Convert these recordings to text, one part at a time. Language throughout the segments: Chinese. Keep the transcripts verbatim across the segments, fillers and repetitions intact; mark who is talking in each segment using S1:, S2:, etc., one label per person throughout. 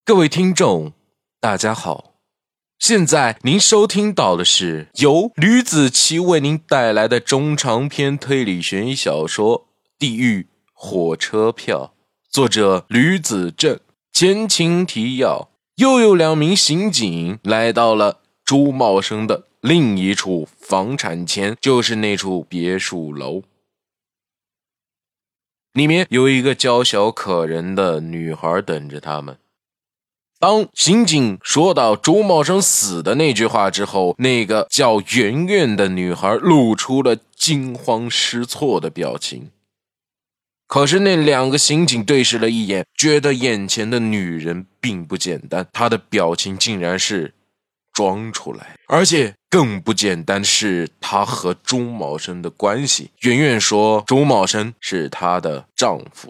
S1: 各位听众，大家好，现在您收听到的是由吕子奇为您带来的中长篇推理悬疑小说《地狱火车票》，作者吕子正。前情提要，又有两名刑警来到了朱茂生的另一处房产前，就是那处别墅楼。里面有一个娇小可人的女孩等着他们。当刑警说到朱茂生死的那句话之后，那个叫圆圆的女孩露出了惊慌失措的表情。可是那两个刑警对视了一眼，觉得眼前的女人并不简单，她的表情竟然是装出来，而且更不简单的是她和朱茂生的关系。圆圆说朱茂生是她的丈夫。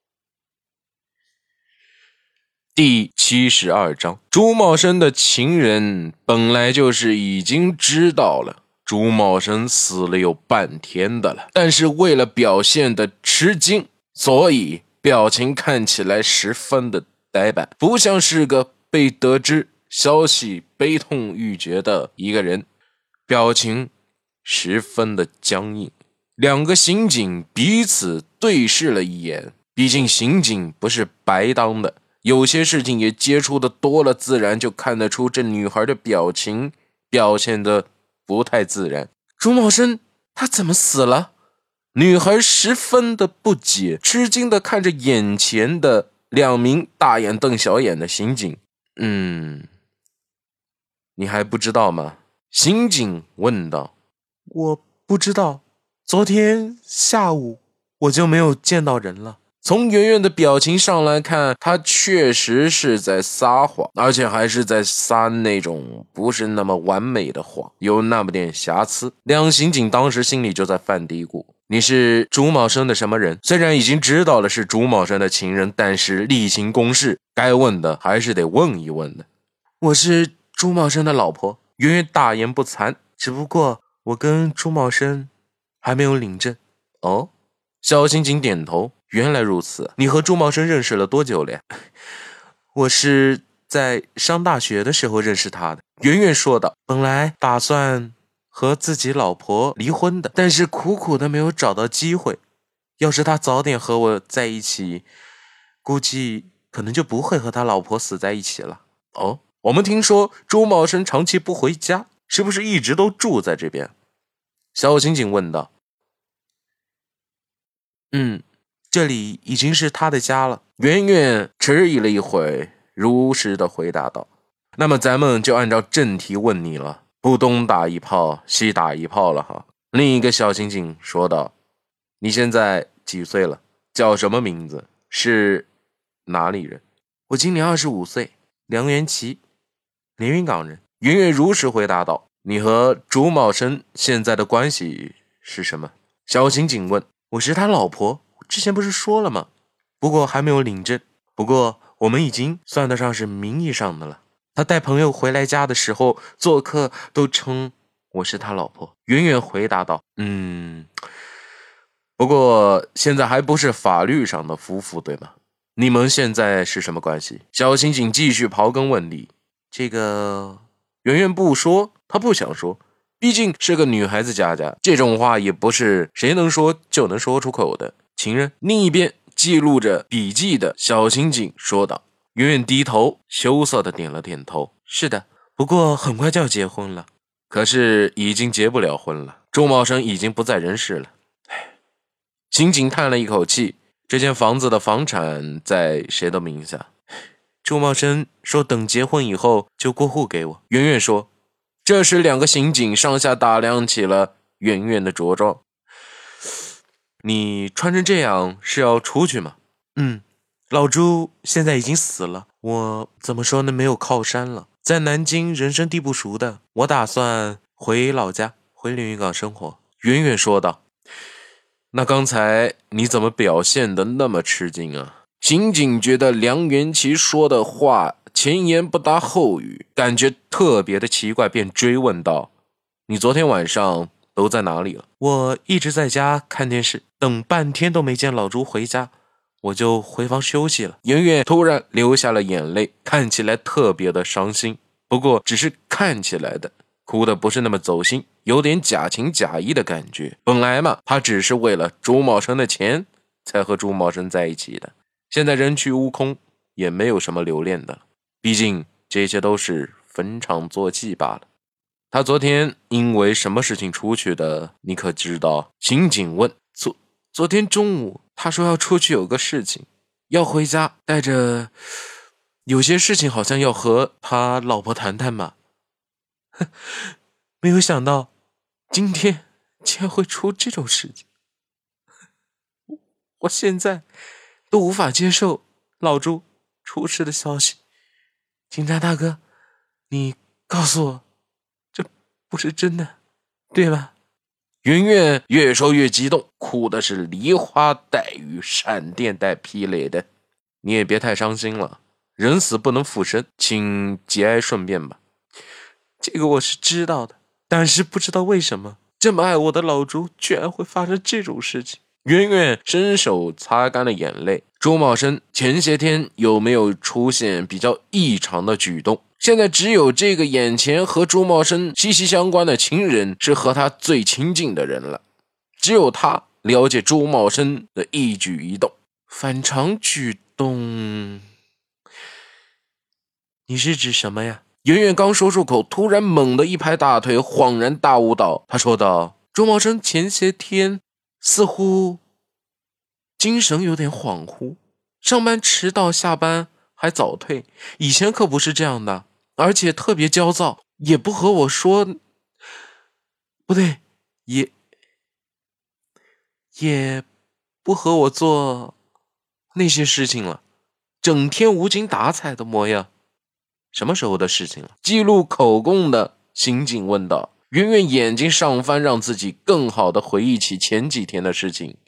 S1: 第七十二章，朱茂生的情人本来就是已经知道了朱茂生死了有半天的了，但是为了表现的吃惊，所以表情看起来十分的呆板，不像是个被得知消息悲痛欲绝的一个人，表情十分的僵硬。两个刑警彼此对视了一眼，毕竟刑警不是白当的，有些事情也接触的多了，自然就看得出这女孩的表情表现的不太自然。朱茂生他怎么死了？女孩十分的不解，吃惊的看着眼前的两名大眼瞪小眼的刑警。嗯，你还不知道吗？刑警问道。
S2: 我不知道，昨天下午我就没有见到人了。
S1: 从圆圆的表情上来看，她确实是在撒谎，而且还是在撒那种不是那么完美的谎，有那么点瑕疵。两刑警当时心里就在犯嘀咕，你是朱茂生的什么人？虽然已经知道了是朱茂生的情人，但是例行公事，该问的还是得问一问的。
S2: 我是朱茂生的老婆。
S1: 圆圆大言不惭，
S2: 只不过我跟朱茂生还没有领证。
S1: 哦，小刑警点头。原来如此，你和朱茂生认识了多久了呀？
S2: 我是在上大学的时候认识他的。
S1: 圆圆说道。
S2: 本来打算和自己老婆离婚的，但是苦苦的没有找到机会。要是他早点和我在一起，估计可能就不会和他老婆死在一起了。
S1: 哦，我们听说朱茂生长期不回家，是不是一直都住在这边？小刑警问道。
S2: 嗯，这里已经是他的家了。
S1: 圆圆迟疑了一会，如实的回答道。那么咱们就按照正题问你了，不东打一炮西打一炮了哈。另一个小刑警说道。你现在几岁了？叫什么名字？是哪里人？
S2: 我今年二十五岁，梁元奇，连云港人。
S1: 圆圆如实回答道。你和朱茂生现在的关系是什么？小刑警问。
S2: 我是他老婆，之前不是说了吗？不过还没有领证，不过我们已经算得上是名义上的了。他带朋友回来家的时候做客都称我是他老婆。
S1: 圆圆回答道。嗯，不过现在还不是法律上的夫妇对吗？你们现在是什么关系？小刑警继续刨根问底。
S2: 这个
S1: 圆圆不说，她不想说，毕竟是个女孩子家家，这种话也不是谁能说就能说出口的。情人。另一边记录着笔记的小刑警说道。圆圆低头羞涩的点了点头。
S2: 是的，不过很快就要结婚了。
S1: 可是已经结不了婚了，朱茂生已经不在人世了。刑警叹了一口气，这间房子的房产在谁的名下？
S2: 朱茂生说等结婚以后就过户给我。
S1: 圆圆说。这时两个刑警上下打量起了圆圆的着装。你穿成这样是要出去吗？
S2: 嗯，老朱现在已经死了，我怎么说呢，没有靠山了，在南京人生地不熟的，我打算回老家，回连云港生活。
S1: 圆圆说道。那刚才你怎么表现得那么吃惊啊？刑警觉得梁元奇说的话前言不搭后语，感觉特别的奇怪，便追问道。你昨天晚上都在哪里了？
S2: 我一直在家看电视，等半天都没见老朱回家， 我就回房休息了。
S1: 圆圆突然流下了眼泪，看起来特别的伤心，不过只是看起来的，哭的不是那么走心，有点假情假意的感觉。本来嘛，他只是为了朱茂生的钱才和朱茂生在一起的，现在人去屋空，也没有什么留恋的了，毕竟这些都是逢场作戏罢了。他昨天因为什么事情出去的，你可知道？刑警问。昨昨天中午他说要出去有个事情，要回家，带着有些事情好像要和他老婆谈谈吧。
S2: 没有想到今天竟然会出这种事情，我现在都无法接受老朱出事的消息。警察大哥，你告诉我，这不是真的，对吧？
S1: 圆圆越说越激动，哭的是梨花带雨，闪电带霹雳的。你也别太伤心了，人死不能复生，请节哀顺变吧。
S2: 这个我是知道的，但是不知道为什么这么爱我的老朱居然会发生这种事情。
S1: 圆圆伸手擦干了眼泪。朱茂生前些天有没有出现比较异常的举动？现在只有这个眼前和朱茂生息息相关的情人是和他最亲近的人了，只有他了解朱茂生的一举一动。
S2: 反常举动，你是指什么呀？
S1: 圆圆刚说出口，突然猛地一拍大腿，恍然大悟道：“他说道，
S2: 朱茂生前些天似乎精神有点恍惚，上班迟到，下班还早退，以前可不是这样的，而且特别焦躁，也不和我说，不对，也也不和我做那些事情了，整天无精打采的模样。什么时候的事情了？”
S1: 记录口供的刑警问道。圆圆眼睛上翻，让自己更好的回忆起前几天的事情。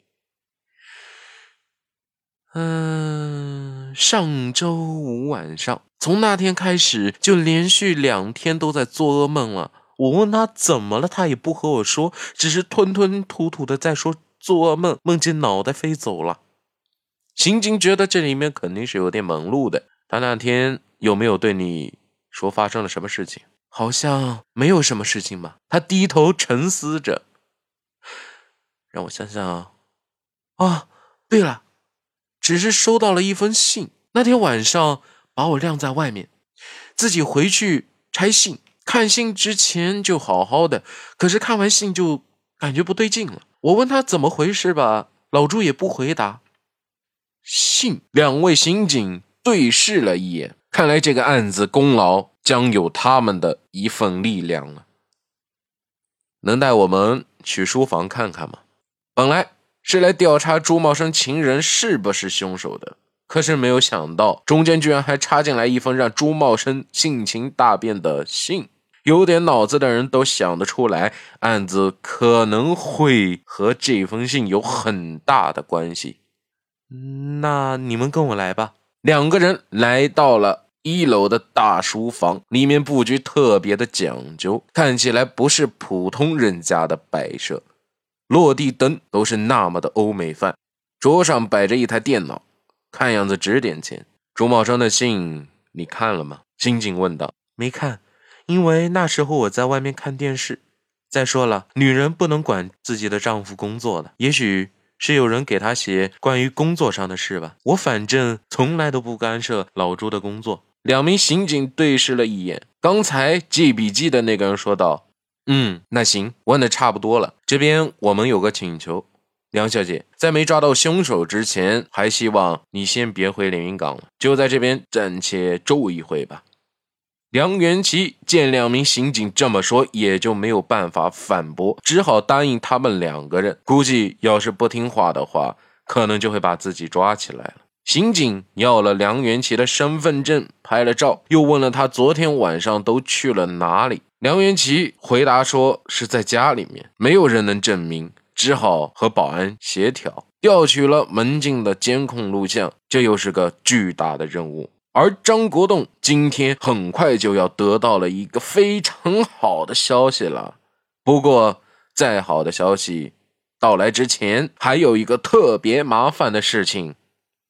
S2: 嗯，上周五晚上，从那天开始就连续两天都在做噩梦了。我问他怎么了，他也不和我说，只是吞吞吐吐的在说做噩梦，梦见脑袋飞走了。
S1: 刑警觉得这里面肯定是有点门路的。他那天有没有对你说发生了什么事情？
S2: 好像没有什么事情吧。他低头沉思着，让我想想啊，啊，对了，只是收到了一封信，那天晚上把我晾在外面，自己回去拆信，看信之前就好好的，可是看完信就感觉不对劲了。我问他怎么回事吧，老朱也不回答。
S1: 信，两位刑警对视了一眼，看来这个案子功劳将有他们的一份力量了。能带我们去书房看看吗？本来是来调查朱茂生情人是不是凶手的，可是没有想到中间居然还插进来一封让朱茂生性情大变的信。有点脑子的人都想得出来，案子可能会和这封信有很大的关系。
S2: 那你们跟我来吧。
S1: 两个人来到了一楼的大书房，里面布局特别的讲究，看起来不是普通人家的摆设，落地灯都是那么的欧美范，桌上摆着一台电脑，看样子值点钱。朱茂生的信你看了吗？刑警问道。
S2: 没看，因为那时候我在外面看电视。再说了，女人不能管自己的丈夫工作的，也许是有人给他写关于工作上的事吧。我反正从来都不干涉老朱的工作。
S1: 两名刑警对视了一眼，刚才记笔记的那个人说道：嗯，那行，问的差不多了，这边我们有个请求，梁小姐，在没抓到凶手之前，还希望你先别回连云港了，就在这边暂且住一会吧。梁元奇见两名刑警这么说，也就没有办法反驳，只好答应他们两个人。估计要是不听话的话，可能就会把自己抓起来了。刑警要了梁元奇的身份证，拍了照，又问了他昨天晚上都去了哪里。梁元奇回答说是在家里面，没有人能证明，只好和保安协调，调取了门禁的监控录像，这又是个巨大的任务。而张国栋今天很快就要得到了一个非常好的消息了。不过再好的消息到来之前，还有一个特别麻烦的事情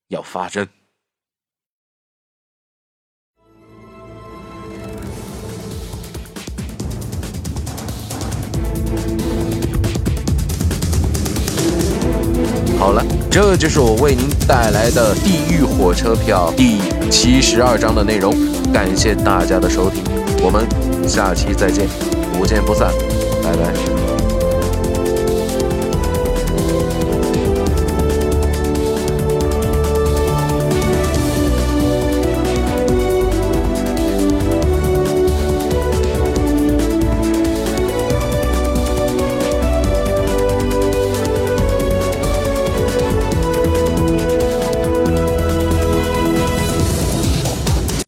S1: 要发生。好了，这就是我为您带来的《地狱火车票》第七十二章的内容。感谢大家的收听，我们下期再见，不见不散，拜拜。